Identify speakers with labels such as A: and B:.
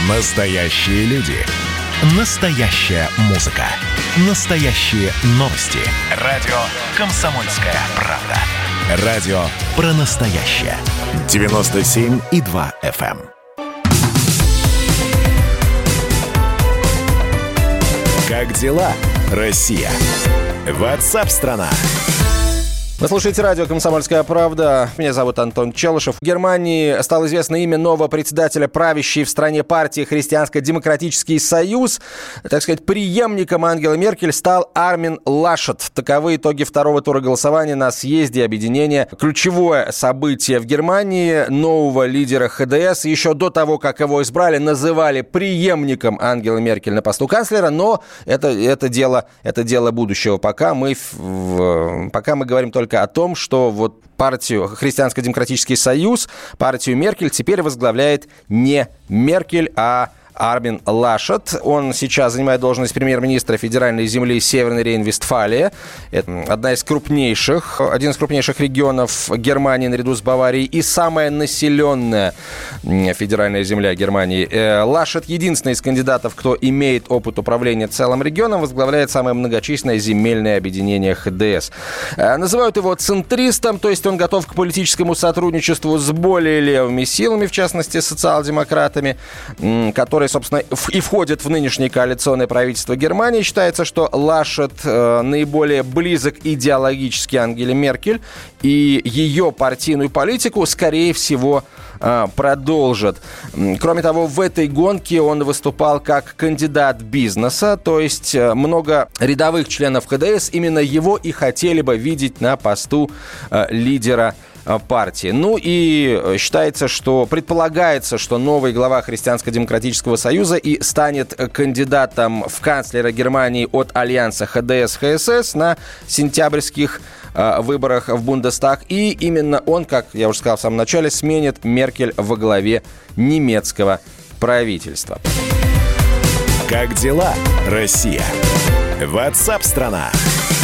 A: Настоящие люди. Настоящая музыка. Настоящие новости. Радио «Комсомольская правда». Радио про настоящее. 97,2 FM. Как дела, Россия? WhatsApp-страна.
B: Вы слушаете радио «Комсомольская правда». Меня зовут Антон Челышев. В Германии стало известно имя нового председателя правящей в стране партии «Христианско-демократический союз». Так сказать, преемником Ангелы Меркель стал Армин Лашет. Таковы итоги второго тура голосования на съезде объединения. Ключевое событие в Германии. Нового лидера ХДС еще до того, как его избрали, называли преемником Ангелы Меркель на посту канцлера. Но это дело будущего. Пока мы говорим только о том, что вот партию Христианско-демократический союз, партию Меркель теперь возглавляет не Меркель, а Армин Лашет. Он сейчас занимает должность премьер-министра федеральной земли Северной Рейн-Вестфалия. Это один из крупнейших регионов Германии наряду с Баварией и самая населенная федеральная земля Германии. Лашет единственный из кандидатов, кто имеет опыт управления целым регионом, возглавляет самое многочисленное земельное объединение ХДС. Называют его центристом, то есть он готов к политическому сотрудничеству с более левыми силами, в частности, социал-демократами, которые, собственно, и входят в нынешнее коалиционное правительство Германии. Считается, что Лашет наиболее близок идеологически Ангеле Меркель, и ее партийную политику, скорее всего, продолжит. Кроме того, в этой гонке он выступал как кандидат бизнеса, то есть много рядовых членов ХДС именно его и хотели бы видеть на посту лидера партии. Ну и предполагается, что новый глава Христианско-демократического союза и станет кандидатом в канцлера Германии от альянса ХДС-ХСС на сентябрьских выборах в Бундестаг. И именно он, как я уже сказал в самом начале, сменит Меркель во главе немецкого правительства.
A: Как дела, Россия? WhatsApp-страна.